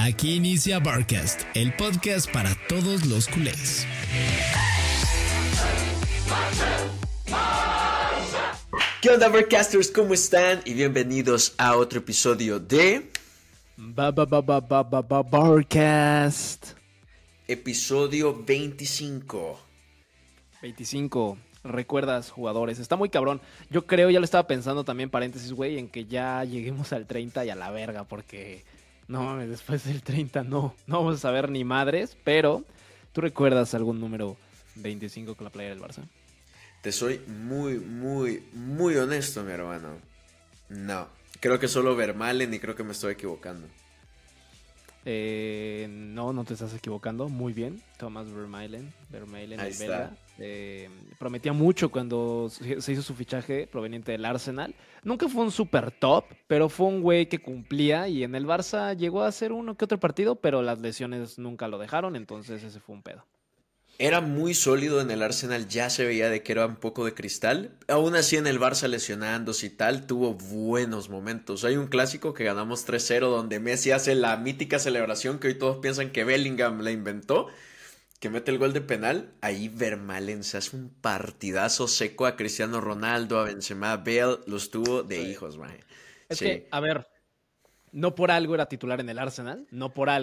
Aquí inicia Barcast, el podcast para todos los culés. ¿Qué onda, Barcasters? ¿Cómo están? Y bienvenidos a otro episodio de... Barcast. Episodio 25. 25. Recuerdas, jugadores. Está muy cabrón. Yo creo, ya lo estaba pensando también, paréntesis, güey, en que ya lleguemos al 30 y a la verga, porque... No mames, después del 30 no vamos a saber ni madres, pero ¿tú recuerdas algún número 25 con la playa del Barça? Te soy muy honesto, mi hermano. No, creo que solo Vermaelen y creo que me estoy equivocando. No te estás equivocando. Muy bien, Thomas Vermaelen, Ahí el belga. Prometía mucho cuando se hizo su fichaje proveniente del Arsenal. Nunca fue un super top, pero fue un güey que cumplía y en el Barça llegó a hacer uno que otro partido, pero las lesiones nunca lo dejaron, entonces ese fue un pedo. Era muy sólido en el Arsenal, ya se veía de que era un poco de cristal. Aún así en el Barça lesionándose y tal, tuvo buenos momentos. Hay un clásico que ganamos 3-0 donde Messi hace la mítica celebración que hoy todos piensan que Bellingham la inventó, que mete el gol de penal. Ahí Vermaelen se hace un partidazo seco a Cristiano Ronaldo, a Benzema, Bale, los tuvo de hijos, man. Es Sí. que, a ver, no por algo era titular en el Arsenal, no por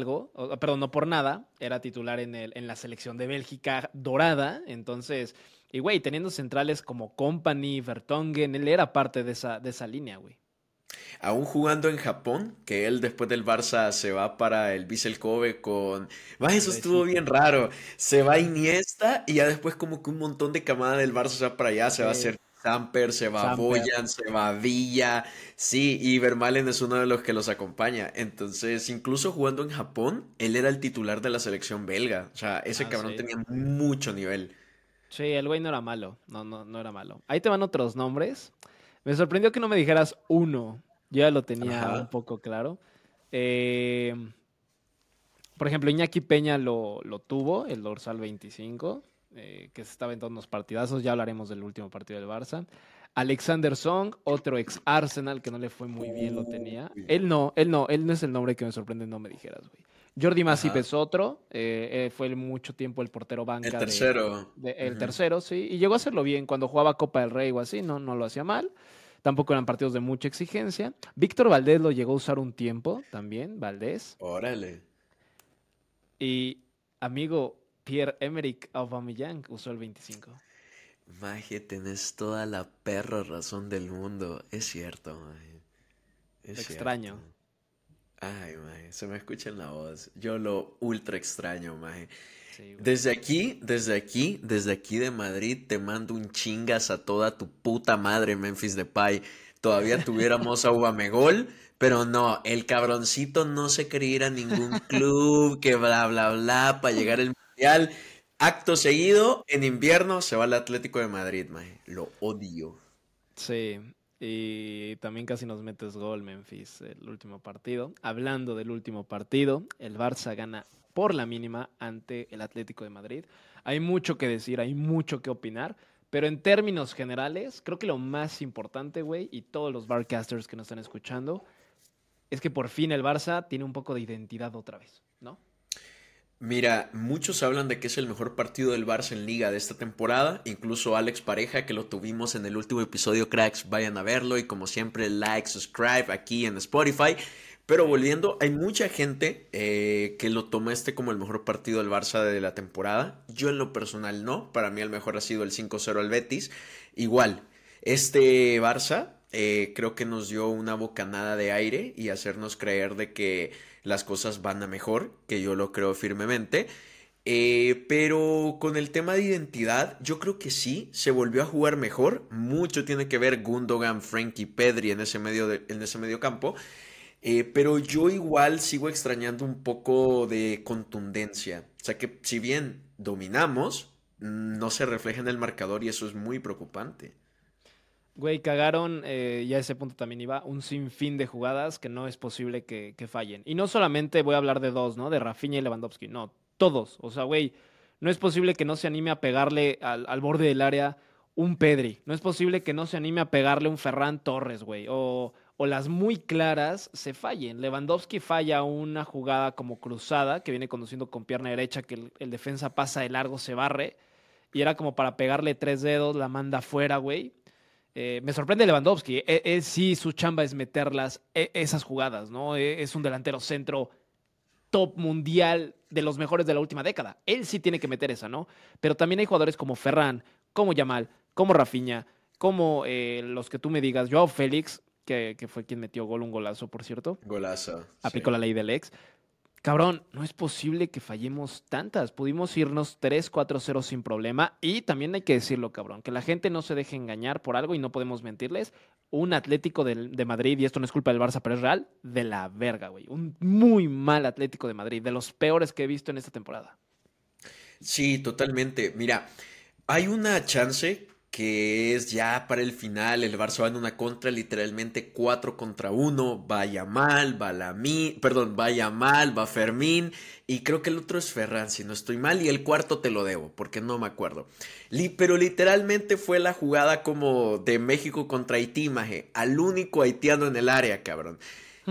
nada era titular en la selección de Bélgica dorada, entonces, y güey, teniendo centrales como Kompany, Vertonghen, él era parte de esa línea, güey. Aún jugando en Japón, que él después del Barça se va para el Vissel Kobe con... Más eso estuvo bien raro. Se va Iniesta y ya después como que un montón de camada del Barça se va para allá. Se va a hacer Samper, se va Samper. Boyan, se va Villa. Sí, y Vermaelen es uno de los que los acompaña. Entonces, incluso jugando en Japón, él era el titular de la selección belga. O sea, ese cabrón Sí. tenía mucho nivel. Sí, el güey no era malo, no era malo. Ahí te van otros nombres. Me sorprendió que no me dijeras uno, yo ya lo tenía un Ajá. poco claro. Eh, Por ejemplo, Iñaki Peña lo tuvo, el dorsal 25, que se estaba en todos los partidazos. Ya hablaremos del último partido del Barça. Alexander Song, otro ex Arsenal que no le fue muy bien, lo tenía. Uy. Él no es el nombre que me sorprende, no me dijeras, güey. Jordi Masip Ajá. es otro, fue mucho tiempo el portero El banca tercero. el Ujú. tercero, sí, y llegó a hacerlo bien cuando jugaba Copa del Rey o así, no lo hacía mal. Tampoco eran partidos de mucha exigencia. Víctor Valdés lo llegó a usar un tiempo también, Valdés. Órale. Y amigo Pierre-Emerick Aubameyang usó el 25. Maje, tenés toda la perra razón del mundo. Es cierto, maje. Lo Es cierto. extraño. Ay, maje, se me escucha en la voz. Yo lo ultra extraño, maje. Sí, güey. Desde aquí de Madrid te mando un chingas a toda tu puta madre, Memphis Depay. Todavía tuviéramos a Ubamegol, pero no, el cabroncito no se quería ir a ningún club, que bla bla bla, para llegar al mundial. Acto seguido, en invierno se va al Atlético de Madrid, maje. Lo odio. Sí, y también casi nos metes gol, Memphis, el último partido. Hablando del último partido, el Barça gana por la mínima ante el Atlético de Madrid. Hay mucho que decir, hay mucho que opinar, pero en términos generales, creo que lo más importante, güey, y todos los Barcasters que nos están escuchando, es que por fin el Barça tiene un poco de identidad otra vez, ¿no? Mira, muchos hablan de que es el mejor partido del Barça en Liga de esta temporada, incluso Alex Pareja, que lo tuvimos en el último episodio, cracks, vayan a verlo y como siempre, like, subscribe aquí en Spotify. Pero Sí. volviendo, hay mucha gente que lo toma como el mejor partido del Barça de la temporada. Yo en lo personal no, para mí el mejor ha sido el 5-0 al Betis. Igual, este Barça creo que nos dio una bocanada de aire y hacernos creer de que las cosas van a mejor, que yo lo creo firmemente. Pero con el tema de identidad, yo creo que sí, se volvió a jugar mejor. Mucho tiene que ver Gundogan, Frenkie, Pedri en ese medio campo. Pero yo igual sigo extrañando un poco de contundencia. O sea que si bien dominamos, no se refleja en el marcador y eso es muy preocupante. Güey, cagaron, ya a ese punto también iba, un sinfín de jugadas que no es posible que fallen. Y no solamente voy a hablar de dos, ¿no? De Rafinha y Lewandowski, no, todos. O sea, güey, no es posible que no se anime a pegarle al borde del área un Pedri. No es posible que no se anime a pegarle un Ferran Torres, güey. o las muy claras se fallen. Lewandowski falla una jugada como cruzada, que viene conduciendo con pierna derecha, que el defensa pasa de largo, se barre, y era como para pegarle 3 dedos, la manda afuera, güey. Me sorprende Lewandowski. Sí, su chamba es meterlas, esas jugadas, ¿no? Es un delantero centro top mundial de los mejores de la última década. Él sí tiene que meter esa, ¿no? Pero también hay jugadores como Ferran, como Yamal, como Rafinha, como los que tú me digas, Joao Félix, que fue quien metió gol, un golazo, por cierto. Golazo, Aplicó sí. la ley del ex. Cabrón, no es posible que fallemos tantas. Pudimos irnos 3-4-0 sin problema. Y también hay que decirlo, cabrón, que la gente no se deje engañar por algo y no podemos mentirles. Un Atlético de Madrid, y esto no es culpa del Barça, pero es real, de la verga, güey. Un muy mal Atlético de Madrid, de los peores que he visto en esta temporada. Sí, totalmente. Mira, hay una chance que es ya para el final, el Barça va en una contra, literalmente 4 contra 1, vaya mal, va Lamine, perdón, vaya mal, va Fermín, y creo que el otro es Ferran, si no estoy mal, y el cuarto te lo debo, porque no me acuerdo. Pero literalmente fue la jugada como de México contra Haití, maje, al único haitiano en el área, cabrón.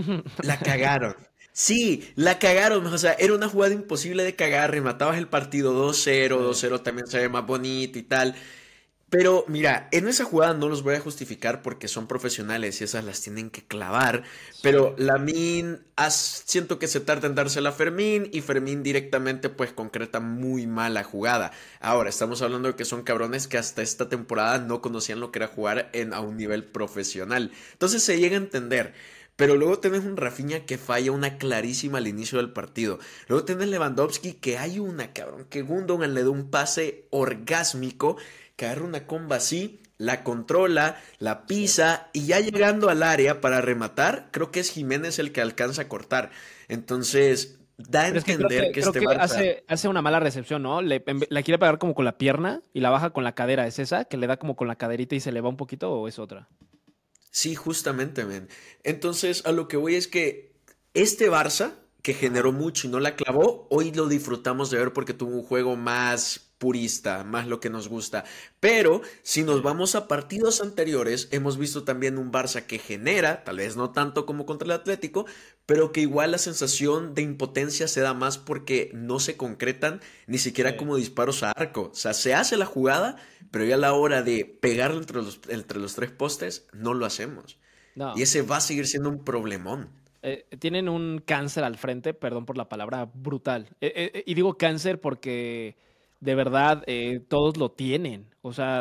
La cagaron. Sí, la cagaron. O sea, era una jugada imposible de cagar. Rematabas el partido 2-0, Sí. 2-0 también se ve más bonito y tal. Pero mira, en esa jugada no los voy a justificar porque son profesionales y esas las tienen que clavar. Sí. Pero Lamine, siento que se tarda en dársela a Fermín y Fermín directamente pues concreta muy mal la jugada. Ahora, estamos hablando de que son cabrones que hasta esta temporada no conocían lo que era jugar a un nivel profesional. Entonces se llega a entender. Pero luego tenés un Rafinha que falla una clarísima al inicio del partido. Luego tenés Lewandowski que hay una, cabrón, que Gundogan le da un pase orgásmico, que agarra una comba así, la controla, la Sí. pisa y ya llegando al área para rematar, creo que es Jiménez el que alcanza a cortar. Entonces, da a Pero es que entender que creo este que Barça. hace una mala recepción, ¿no? La quiere pegar como con la pierna y la baja con la cadera. ¿Es esa? ¿Que le da como con la caderita y se le va un poquito o es otra? Sí, justamente, men. Entonces, a lo que voy es que este Barça, que generó Ajá. mucho y no la clavó, hoy lo disfrutamos de ver porque tuvo un juego más purista, más lo que nos gusta. Pero si Sí. nos vamos a partidos anteriores, hemos visto también un Barça que genera, tal vez no tanto como contra el Atlético, pero que igual la sensación de impotencia se da más porque no se concretan ni siquiera Sí. como disparos a arco. O sea, se hace la jugada, pero ya a la hora de pegarle entre los 3 postes, no lo hacemos. Y No. ese va a seguir siendo un problemón. Tienen un cáncer al frente, perdón por la palabra, brutal. Y digo cáncer porque de verdad todos lo tienen. O sea,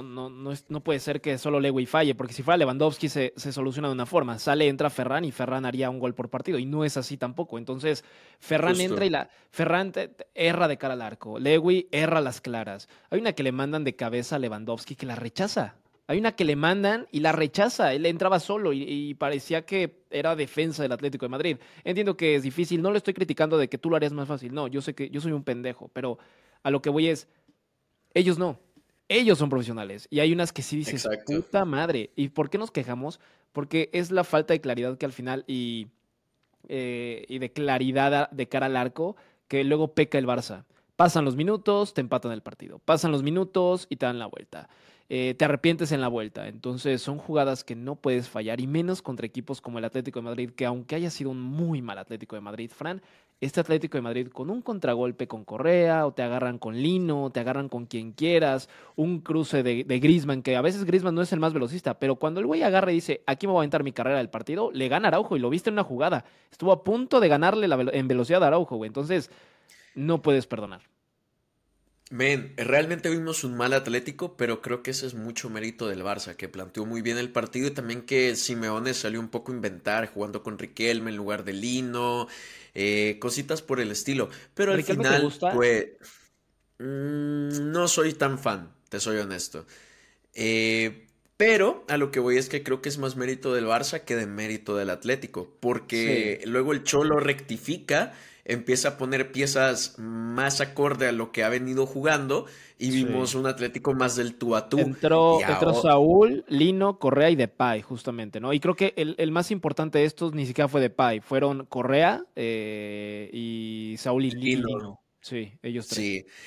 no puede ser que solo Lewy falle, porque si fuera Lewandowski se soluciona de una forma. Sale, entra Ferran y Ferran haría un gol por partido. Y no es así tampoco. Entonces, Ferran entra y Justo. Ferran erra de cara al arco. Lewy erra las claras. Hay una que le mandan de cabeza a Lewandowski que la rechaza. Hay una que le mandan y la rechaza. Él entraba solo y parecía que era defensa del Atlético de Madrid. Entiendo que es difícil, no le estoy criticando de que tú lo harías más fácil. No, yo sé que yo soy un pendejo, pero a lo que voy es, ellos no. Ellos son profesionales. Y hay unas que sí dices, Exacto. puta madre. ¿Y por qué nos quejamos? Porque es la falta de claridad que al final y de claridad de cara al arco que luego peca el Barça. Pasan los minutos, te empatan el partido. Pasan los minutos y te dan la vuelta. Te arrepientes en la vuelta. Entonces son jugadas que no puedes fallar y menos contra equipos como el Atlético de Madrid, que aunque haya sido un muy mal Atlético de Madrid, Fran, este Atlético de Madrid con un contragolpe con Correa o te agarran con Lino, te agarran con quien quieras, un cruce de Griezmann, que a veces Griezmann no es el más velocista, pero cuando el güey agarra y dice, aquí me voy a aventar mi carrera del partido, le gana a Araujo y lo viste en una jugada. Estuvo a punto de ganarle en velocidad a Araujo, güey. Entonces, no puedes perdonar. Men, realmente vimos un mal Atlético, pero creo que ese es mucho mérito del Barça, que planteó muy bien el partido y también que Simeone salió un poco a inventar, jugando con Riquelme en lugar de Lino, cositas por el estilo. Pero al ¿Riquelme te final, gusta? pues, no soy tan fan, te soy honesto. Pero a lo que voy es que creo que es más mérito del Barça que de mérito del Atlético, Sí. porque luego el Cholo rectifica, empieza a poner piezas más acorde a lo que ha venido jugando y vimos Sí. un Atlético más del tú a tú. Y Entró ahora, Saúl, Lino, Correa y Depay, justamente, ¿no? Y creo que el más importante de estos ni siquiera fue Depay, fueron Correa y Saúl y Lino, Lino. Sí, ellos tres. sí.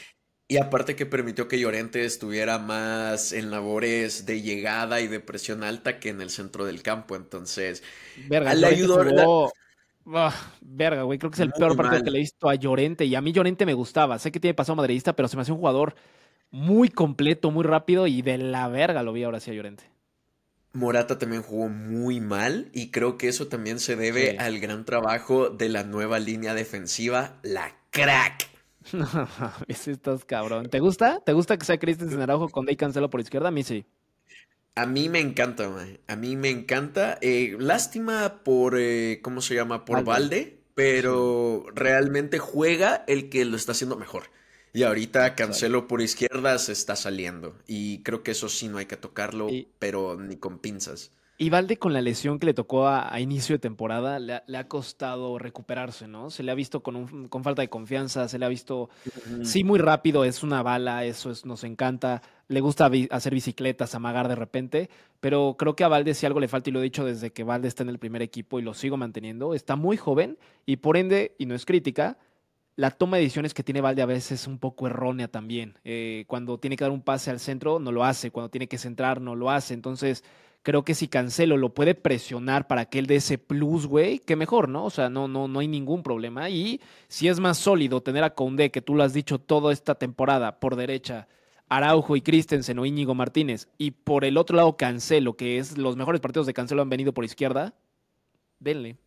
Y aparte que permitió que Llorente estuviera más en labores de llegada y de presión alta que en el centro del campo. Entonces, Verga, le Llorente ayudó jugó. Verga, güey, creo que es el peor muy partido que le he mal. visto a Llorente. Y a mí Llorente me gustaba. Sé que tiene pasado madridista, pero se me hace un jugador muy completo, muy rápido y de la verga lo vi ahora sí a Llorente. Morata también jugó muy mal y creo que eso también se debe Sí. al gran trabajo de la nueva línea defensiva, la crack. No, ese estás cabrón. ¿Te gusta? ¿Te gusta que sea Christensen Araujo con Dey Cancelo por izquierda? A mí sí. A mí me encanta, mae. A mí me encanta. Lástima por, ¿cómo se llama? Por Valde. Valde, Sí, pero realmente juega el que lo está haciendo mejor. Y ahorita exacto. Cancelo por izquierda se está saliendo. Y creo que eso sí no hay que tocarlo, Y, pero ni con pinzas. y Valde con la lesión que le tocó a inicio de temporada, le ha costado recuperarse, ¿no? Se le ha visto con falta de confianza, se le ha visto, Ujú. sí, muy rápido, es una bala, nos encanta. Le gusta hacer bicicletas, amagar de repente, pero creo que a Valde si algo le falta, y lo he dicho desde que Valde está en el primer equipo y lo sigo manteniendo, está muy joven y por ende, y no es crítica, la toma de decisiones que tiene Valde a veces es un poco errónea también. Cuando tiene que dar un pase al centro, no lo hace. Cuando tiene que centrar, no lo hace. Entonces, creo que si Cancelo lo puede presionar para que él dé ese plus, güey, que mejor, ¿no? O sea, no hay ningún problema. Y si es más sólido tener a Koundé, que tú lo has dicho toda esta temporada, por derecha, Araujo y Christensen o Íñigo Martínez, y por el otro lado Cancelo, que es los mejores partidos de Cancelo han venido por izquierda, denle.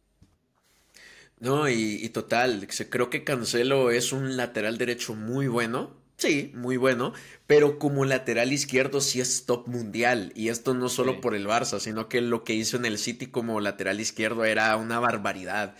No, y total, creo que Cancelo es un lateral derecho muy bueno. Sí, muy bueno, pero como lateral izquierdo sí es top mundial. Y esto no solo Sí, por el Barça, sino que lo que hizo en el City como lateral izquierdo era una barbaridad.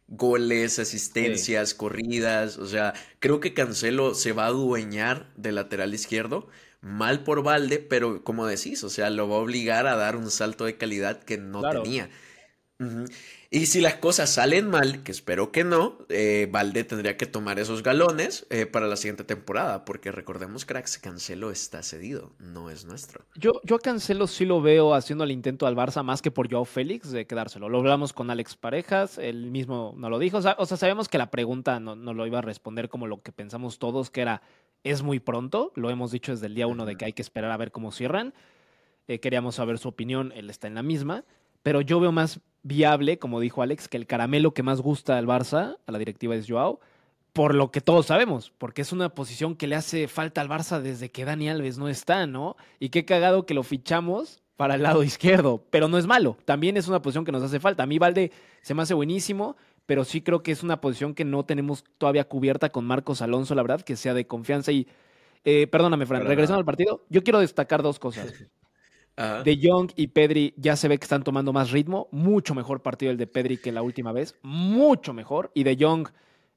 Goles, sí. asistencias, corridas. O sea, creo que Cancelo se va a adueñar del lateral izquierdo. Mal por Valde, pero como decís, o sea, lo va a obligar a dar un salto de calidad que no Claro. tenía. Ujú. Y si las cosas salen mal, que espero que no, Valde tendría que tomar esos galones para la siguiente temporada, porque recordemos, cracks, Cancelo está cedido, no es nuestro. Yo a Cancelo sí lo veo haciendo el intento al Barça más que por Joao Félix de quedárselo. Lo hablamos con Alex Parejas, él mismo nos lo dijo. O sea, sabemos que la pregunta no lo iba a responder como lo que pensamos todos, que era, es muy pronto. Lo hemos dicho desde el día uno de Ujú. que hay que esperar a ver cómo cierran. Queríamos saber su opinión, él está en la misma. Pero yo veo más viable, como dijo Alex, que el caramelo que más gusta al Barça, a la directiva es Joao, por lo que todos sabemos, porque es una posición que le hace falta al Barça desde que Dani Alves no está, ¿no? Y qué cagado que lo fichamos para el lado izquierdo, pero no es malo, también es una posición que nos hace falta. A mí Valde se me hace buenísimo, pero sí creo que es una posición que no tenemos todavía cubierta con Marcos Alonso, la verdad, que sea de confianza. Y perdóname, Fran, Para regresando nada. al partido, yo quiero destacar dos cosas. Ajá. De Jong y Pedri ya se ve que están tomando más ritmo. Mucho mejor partido el de Pedri que la última vez. Mucho mejor. Y De Jong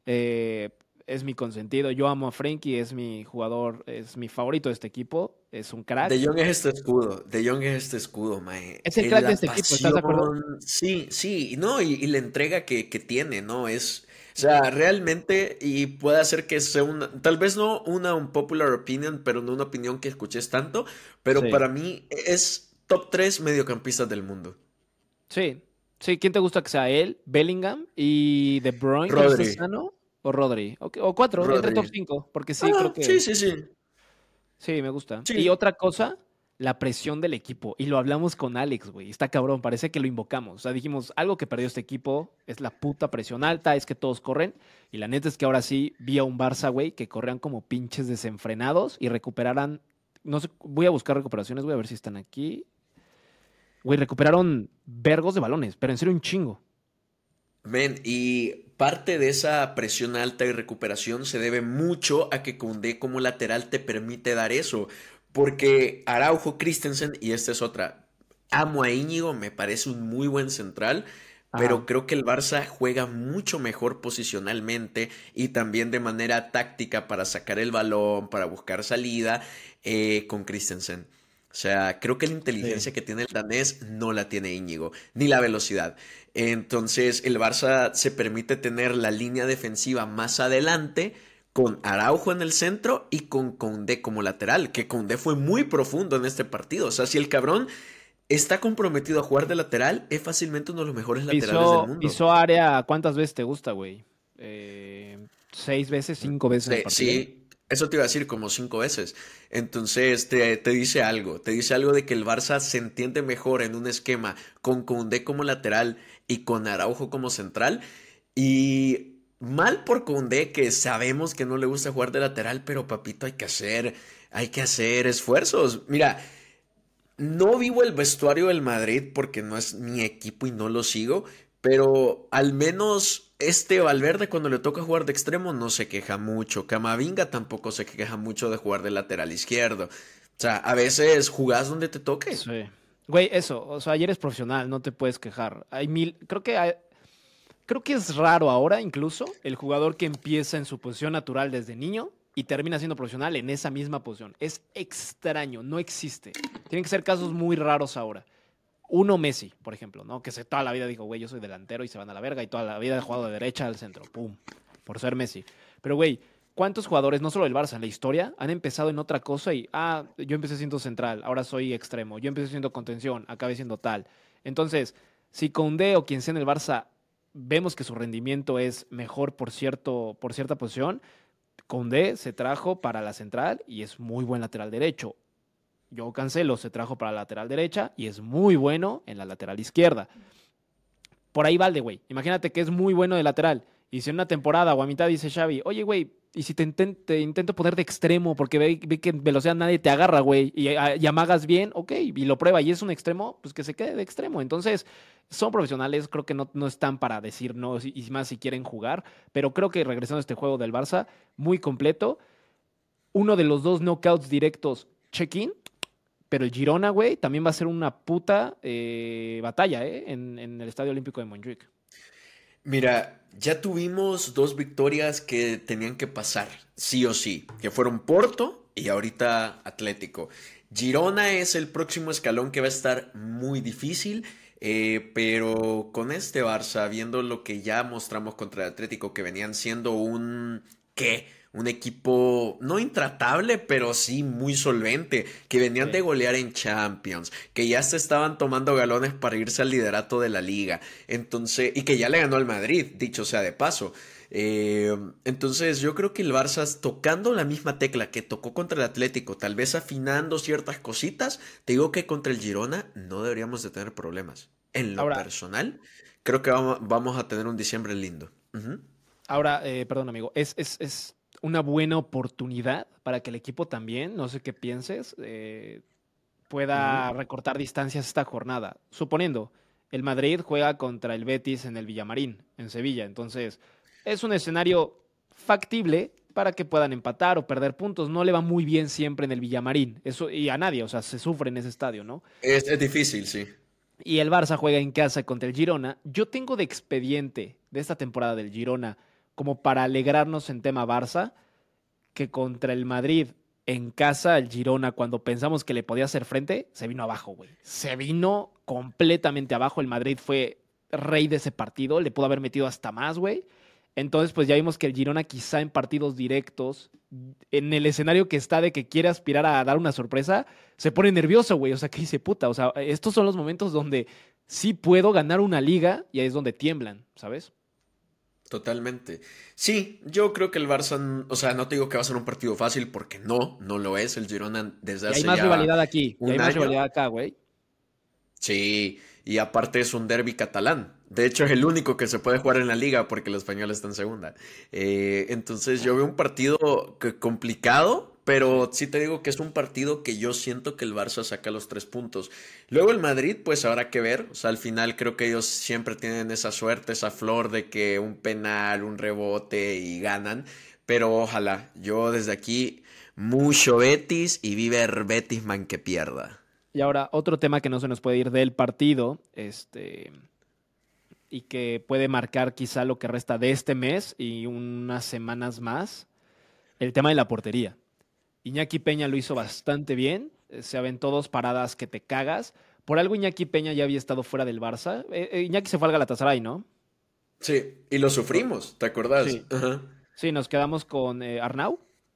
eh, es mi consentido. Yo amo a Frenkie, es mi jugador, es mi favorito de este equipo. Es un De crack. Jong es este escudo, De Jong es este escudo, mae. Es el crack de La este equipo, ¿estás de acuerdo? pasión, sí, sí, no, y la entrega que tiene, ¿no? O sea, realmente, y puede ser que sea tal vez no una unpopular opinion, pero no una opinión que escuches tanto, pero Sí. para mí es top 3 mediocampistas del mundo. Sí. Sí, ¿quién te gusta que sea él? Bellingham y De Bruyne, que no está Rodri, sano. O Rodri. O cuatro, entre top Rodri. 5. Porque sí, creo Ah, sí, que sí, sí, sí, me gusta. Y sí. otra cosa, la presión del equipo. Y lo hablamos con Alex, güey. Está cabrón, parece que lo invocamos. O sea, dijimos, algo que perdió este equipo es la puta presión alta, es que todos corren. Y la neta es que ahora sí vi a un Barça, güey, que corrían como pinches desenfrenados y recuperaran. No sé, voy a buscar recuperaciones, voy a ver si están aquí. Güey, recuperaron vergos de balones, pero en serio un chingo. Men, y parte de esa presión alta y recuperación se debe mucho a que Koundé como lateral te permite dar eso. Porque Araujo, Christensen, y esta es otra, amo a Íñigo, me parece un muy buen central, pero Ajá. creo que el Barça juega mucho mejor posicionalmente y también de manera táctica para sacar el balón, para buscar salida con Christensen. O sea, creo que la Sí. inteligencia que tiene el danés no la tiene Íñigo, ni la velocidad. Entonces el Barça se permite tener la línea defensiva más adelante con Araujo en el centro y con Koundé como lateral, que Koundé fue muy profundo en este partido. O sea, si el cabrón está comprometido a jugar de lateral, es fácilmente uno de los mejores laterales del mundo. Pisó área, ¿cuántas veces te gusta, güey? ¿6 veces, 5 veces en el Sí, partido? sí, Eso te iba a decir como 5 veces. Entonces te dice algo de que el Barça se entiende mejor en un esquema con Koundé como lateral y con Araujo como central. Y mal por Koundé, que sabemos que no le gusta jugar de lateral, pero papito, hay que hacer esfuerzos. Mira, no vivo el vestuario del Madrid porque no es mi equipo y no lo sigo, pero al menos este Valverde cuando le toca jugar de extremo no se queja mucho. Camavinga tampoco se queja mucho de jugar de lateral izquierdo. O sea, a veces jugás donde te toque. Sí. Güey, eso, o sea, ayer eres profesional, no te puedes quejar. Creo que es raro ahora incluso el jugador que empieza en su posición natural desde niño y termina siendo profesional en esa misma posición. Es extraño, no existe. Tienen que ser casos muy raros ahora. Uno Messi, por ejemplo, ¿no? Que toda la vida dijo, güey, yo soy delantero y se van a la verga y toda la vida ha jugado de derecha al centro, pum, por ser Messi. Pero, güey, ¿cuántos jugadores, no solo del Barça, en la historia, han empezado en otra cosa y, yo empecé siendo central, ahora soy extremo, yo empecé siendo contención, acabé siendo tal? Entonces, si Koundé o quien sea en el Barça vemos que su rendimiento es mejor por cierta posición, Koundé se trajo para la central y es muy buen lateral derecho. Joao Cancelo se trajo para la lateral derecha y es muy bueno en la lateral izquierda. Por ahí Valde, güey. Imagínate que es muy bueno de lateral. Y si en una temporada o a mitad dice Xavi, oye, güey, y si te intento poner de extremo porque ve que en velocidad nadie te agarra, güey, y amagas bien, ok, y lo prueba y es un extremo, pues que se quede de extremo. Entonces, son profesionales, creo que no están para decir no, y más si quieren jugar, pero creo que regresando a este juego del Barça, muy completo. Uno de los dos knockouts directos, check-in, pero el Girona, güey, también va a ser una puta batalla, en el Estadio Olímpico de Montjuic. Mira, ya tuvimos 2 victorias que tenían que pasar, sí o sí, que fueron Porto y ahorita Atlético. Girona es el próximo escalón que va a estar muy difícil, pero con este Barça, viendo lo que ya mostramos contra el Atlético, que venían siendo ¿qué? Un equipo no intratable, pero sí muy solvente, que venían de Sí. golear en Champions, que ya se estaban tomando galones para irse al liderato de la liga. Entonces, y que ya le ganó al Madrid, dicho sea de paso. Entonces, yo creo que el Barça tocando la misma tecla que tocó contra el Atlético, tal vez afinando ciertas cositas, te digo que contra el Girona no deberíamos de tener problemas. En lo Ahora, personal, creo que vamos a tener un diciembre lindo. Ujú. perdón, amigo, es una buena oportunidad para que el equipo también, no sé qué pienses, Ujú. pueda recortar distancias esta jornada. Suponiendo, el Madrid juega contra el Betis en el Villamarín, en Sevilla. Entonces, es un escenario factible para que puedan empatar o perder puntos. No le va muy bien siempre en el Villamarín. Eso, y a nadie, o sea, se sufre en ese estadio, ¿no? Es difícil, sí. Y el Barça juega en casa contra el Girona. Yo tengo de expediente de esta temporada del Girona como para alegrarnos en tema Barça que contra el Madrid en casa, el Girona, cuando pensamos que le podía hacer frente, se vino abajo, güey. Se vino completamente abajo. El Madrid fue rey de ese partido, le pudo haber metido hasta más, güey. Entonces, pues ya vimos que el Girona quizá en partidos directos, en el escenario que está de que quiere aspirar a dar una sorpresa, se pone nervioso, güey. O sea, que dice, puta, o sea, estos son los momentos donde sí puedo ganar una liga y ahí es donde tiemblan, ¿sabes? Totalmente. Sí, yo creo que el Barça, o sea, no te digo que va a ser un partido fácil porque no lo es. El Girona desde Y hay hace más ya rivalidad aquí, y hay un más año. rivalidad acá, güey. Sí, y aparte es un derbi catalán. De hecho, es el único que se puede jugar en la liga porque el español está en segunda. Entonces, yo veo un partido complicado, Sí. pero sí te digo que es un partido que yo siento que el Barça saca los 3 puntos. Luego el Madrid, pues habrá que ver. O sea, al final creo que ellos siempre tienen esa suerte, esa flor de que un penal, un rebote y ganan. Pero ojalá, yo desde aquí, mucho Betis y vive el Betis man que pierda. Y ahora, otro tema que no se nos puede ir del partido, y que puede marcar quizá lo que resta de este mes y unas semanas más, el tema de la portería. Iñaki Peña lo hizo bastante bien, se aventó 2 paradas que te cagas. Por algo Iñaki Peña ya había estado fuera del Barça. Iñaki se fue al Galatasaray, ¿no? Sí, y lo sufrimos, ¿te acordás? Sí. Ajá. Sí, nos quedamos con Arnau.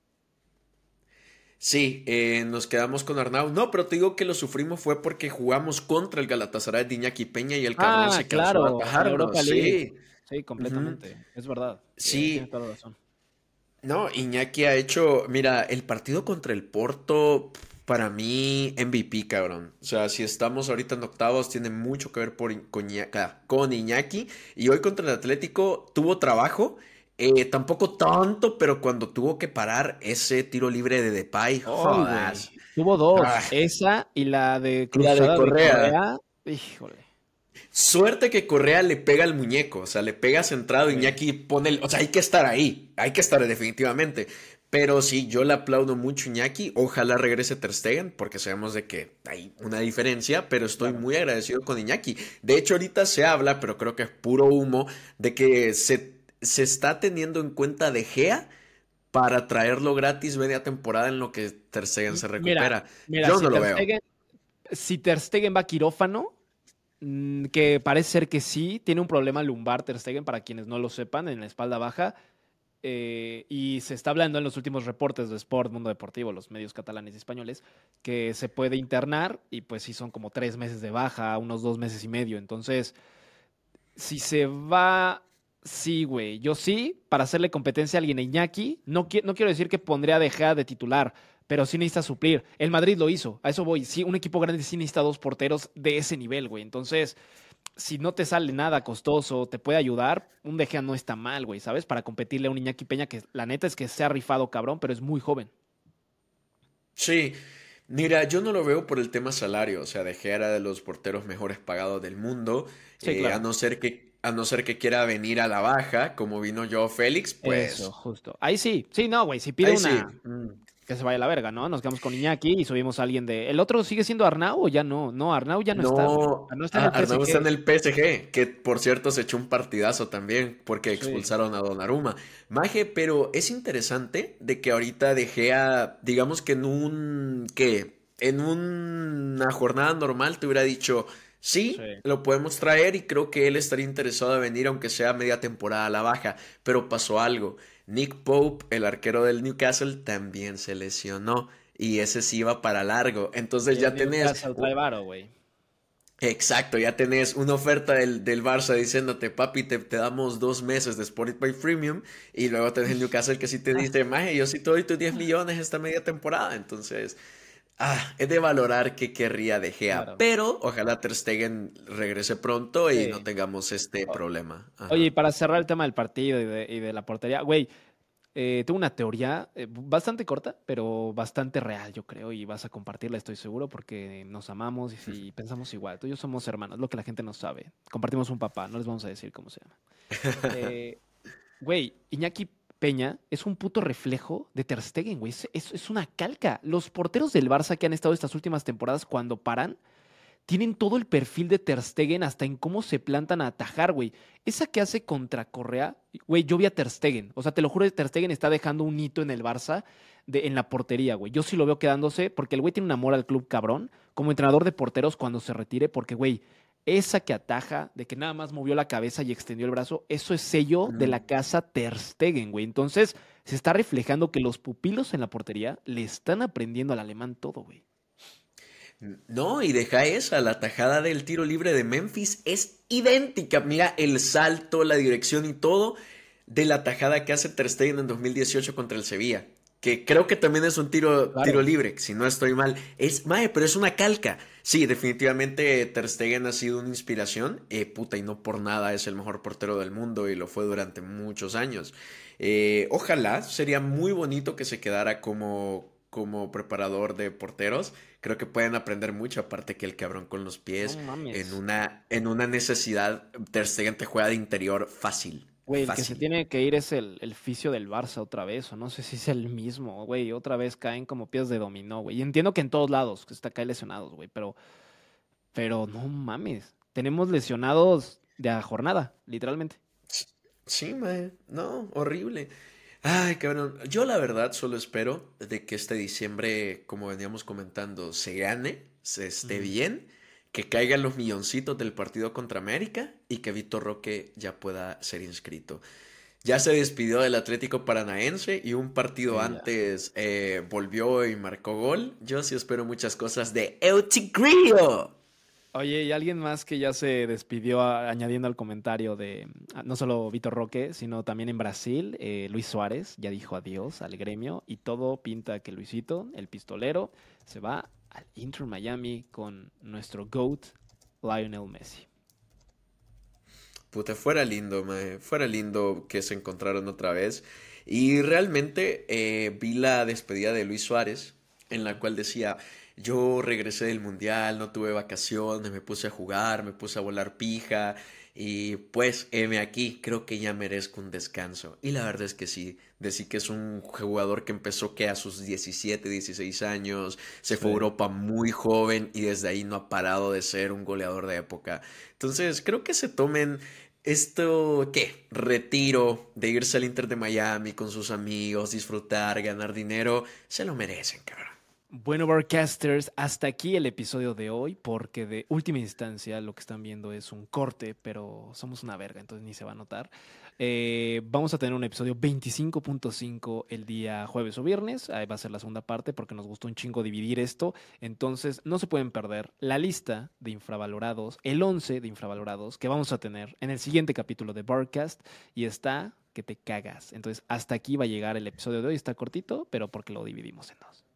Sí, nos quedamos con Arnau. No, pero te digo que lo sufrimos fue porque jugamos contra el Galatasaray de Iñaki Peña y el cabrón Ah, se cansó de claro, en la Europa atajarnos. League. Sí, Sí, ujú. completamente. Es verdad. Tienes Sí, toda la razón. No, Iñaki ha hecho, mira, el partido contra el Porto, para mí, MVP, cabrón. O sea, si estamos ahorita en octavos, tiene mucho que ver con Iñaki. Y hoy contra el Atlético tuvo trabajo, tampoco tanto, pero cuando tuvo que parar ese tiro libre de Depay, Ay, jodas. güey. Tuvo Ah, dos. Esa y la de y la de cruzada de Correa. Correa. Híjole. Suerte que Correa le pega al muñeco, o sea, le pega centrado, Sí. Iñaki pone o sea, hay que estar ahí, hay que estar definitivamente. Pero sí, yo le aplaudo mucho a Iñaki, ojalá regrese Ter Stegen, porque sabemos de que hay una diferencia, pero estoy Claro. muy agradecido con Iñaki. De hecho, ahorita se habla, pero creo que es puro humo, de que se está teniendo en cuenta De Gea para traerlo gratis media temporada en lo que Ter Stegen se Mira, recupera. mira, Yo no lo veo. Si Ter Stegen va a quirófano, que parece ser que sí, tiene un problema lumbar Ter Stegen, para quienes no lo sepan, en la espalda baja. Y se está hablando en los últimos reportes de Sport, Mundo Deportivo, los medios catalanes y españoles, que se puede internar y pues sí son como 3 meses de baja, unos 2 meses y medio. Entonces, si se va, sí, güey. Yo sí, para hacerle competencia a alguien a Iñaki, no quiero decir que pondría a De Gea de titular, pero sí necesita suplir. El Madrid lo hizo, a eso voy. Sí, un equipo grande sí necesita dos porteros de ese nivel, güey. Entonces, si no te sale nada costoso, te puede ayudar, un De Gea no está mal, güey, ¿sabes? Para competirle a un Iñaki Peña que la neta es que se ha rifado cabrón, pero es muy joven. Sí, mira, yo no lo veo por el tema salario, o sea, De Gea era de los porteros mejores pagados del mundo, Sí, claro. a no ser que quiera venir a la baja, como vino Joao Félix, Eso, pues justo. Ahí sí. Sí, no, güey. Si pide ahí sí. una, que se vaya a la verga, ¿no? Nos quedamos con Iñaki y subimos a alguien de. ¿El otro sigue siendo Arnau o ya no? No, Arnau ya no está, güey. No, Arnau está en el Arnau está en PSG. el PSG, que por cierto se echó un partidazo también porque Sí. expulsaron a Donnarumma. Maje, pero es interesante de que ahorita De Gea, digamos que en una jornada normal te hubiera dicho, Sí. sí, lo podemos traer y creo que él estaría interesado de venir aunque sea media temporada a la baja, pero pasó algo. Nick Pope, el arquero del Newcastle, también se lesionó. Y ese sí iba para largo. Entonces Y el ya tenés Newcastle trae varo, güey. exacto, ya tenés una oferta del Barça diciéndote, papi, te damos 2 meses de Spotify Premium y luego tenés el Newcastle que sí te dice, maje, yo sí te doy tus 10 millones esta media temporada. Entonces, es de valorar que querría De Gea, Claro. pero ojalá Ter Stegen regrese pronto y no Sí. tengamos este O- problema. Oye, y Ajá. para cerrar el tema del partido y de la portería, güey, tengo una teoría bastante corta, pero bastante real, yo creo, y vas a compartirla, estoy seguro, porque nos amamos y si pensamos igual. Tú y yo somos hermanos, lo que la gente no sabe. Compartimos un papá, no les vamos a decir cómo se llama. Eh, Güey, Iñaki Peña es un puto reflejo de Ter Stegen, güey. Es una calca. Los porteros del Barça que han estado estas últimas temporadas, cuando paran, tienen todo el perfil de Ter Stegen hasta en cómo se plantan a atajar, güey. Esa que hace contra Correa, güey, yo vi a Ter Stegen. O sea, te lo juro, Ter Stegen está dejando un hito en el Barça en la portería, güey. Yo sí lo veo quedándose porque el güey tiene un amor al club cabrón como entrenador de porteros cuando se retire porque, güey, esa que ataja, de que nada más movió la cabeza y extendió el brazo, eso es sello de la Mm. casa Ter Stegen, güey. Entonces, se está reflejando que los pupilos en la portería le están aprendiendo al alemán todo, güey. No, y deja esa, la tajada del tiro libre de Memphis es idéntica. Mira el salto, la dirección y todo de la tajada que hace Ter Stegen en 2018 contra el Sevilla. Que creo que también es un tiro Claro. libre, si no estoy mal. Mae, pero es una calca. Sí, definitivamente Ter Stegen ha sido una inspiración. Puta, y no por nada es el mejor portero del mundo y lo fue durante muchos años. Ojalá, sería muy bonito que se quedara como preparador de porteros. Creo que pueden aprender mucho, aparte que el cabrón con los No pies mames. en una necesidad, Ter Stegen te juega de interior fácil, Güey, el que se fácil. tiene que ir es el fisio del Barça otra vez, o no sé si es el mismo, güey. Otra vez caen como piezas de dominó, güey. Y entiendo que en todos lados, que está acá lesionados, güey, pero no mames. Tenemos lesionados de a jornada, literalmente. Sí, mae, no, horrible. Ay, cabrón, yo la verdad solo espero de que este diciembre, como veníamos comentando, se gane, se esté Ujú. bien, que caigan los milloncitos del partido contra América y que Vitor Roque ya pueda ser inscrito. Ya se despidió del Atlético Paranaense y un partido Sí, ya. antes volvió y marcó gol. Yo sí espero muchas cosas de El Tigrillo. Oye, y alguien más que ya se despidió añadiendo al comentario de no solo Vitor Roque, sino también en Brasil, Luis Suárez ya dijo adiós al gremio y todo pinta que Luisito, el pistolero, se va al Inter Miami con nuestro GOAT, Lionel Messi. Puta, fuera lindo, mae. Fuera lindo que se encontraron otra vez. Y realmente vi la despedida de Luis Suárez, en la cual decía, yo regresé del mundial, no tuve vacaciones, me puse a jugar, me puse a volar pija y pues heme aquí, creo que ya merezco un descanso. Y la verdad es que sí, decir que es un jugador que empezó que a sus 17, 16 años, se fue a Sí. Europa muy joven y desde ahí no ha parado de ser un goleador de época. Entonces creo que se tomen esto, ¿qué? Retiro de irse al Inter de Miami con sus amigos, disfrutar, ganar dinero, se lo merecen, cabrón. Bueno, broadcasters, hasta aquí el episodio de hoy, porque de última instancia lo que están viendo es un corte, pero somos una verga, entonces ni se va a notar. Vamos a tener un episodio 25.5 el día jueves o viernes, ahí va a ser la segunda parte porque nos gustó un chingo dividir esto, entonces no se pueden perder la lista de infravalorados, el 11 de infravalorados que vamos a tener en el siguiente capítulo de Broadcast y está que te cagas. Entonces hasta aquí va a llegar el episodio de hoy, está cortito, pero porque lo dividimos en dos.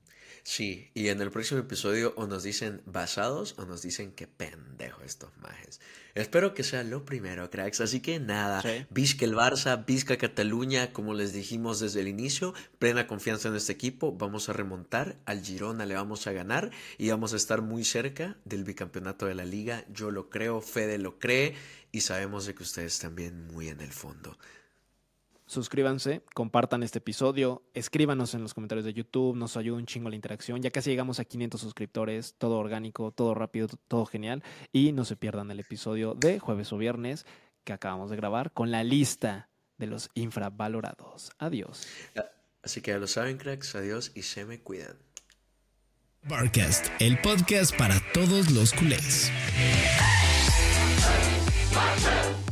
Sí, y en el próximo episodio o nos dicen basados o nos dicen que pendejo estos majes. Espero que sea lo primero, cracks. Así que nada, Sí. visca el Barça, visca Cataluña, como les dijimos desde el inicio, plena confianza en este equipo. Vamos a remontar, al Girona le vamos a ganar y vamos a estar muy cerca del bicampeonato de la liga. Yo lo creo, Fede lo cree y sabemos de que ustedes también muy en el fondo. Suscríbanse, compartan este episodio, escríbanos en los comentarios de YouTube, nos ayuda un chingo la interacción. Ya casi llegamos a 500 suscriptores, todo orgánico, todo rápido, todo genial. Y no se pierdan el episodio de jueves o viernes que acabamos de grabar con la lista de los infravalorados. Adiós. Así que ya lo saben, cracks, adiós y se me cuidan. Barcast, el podcast para todos los culés.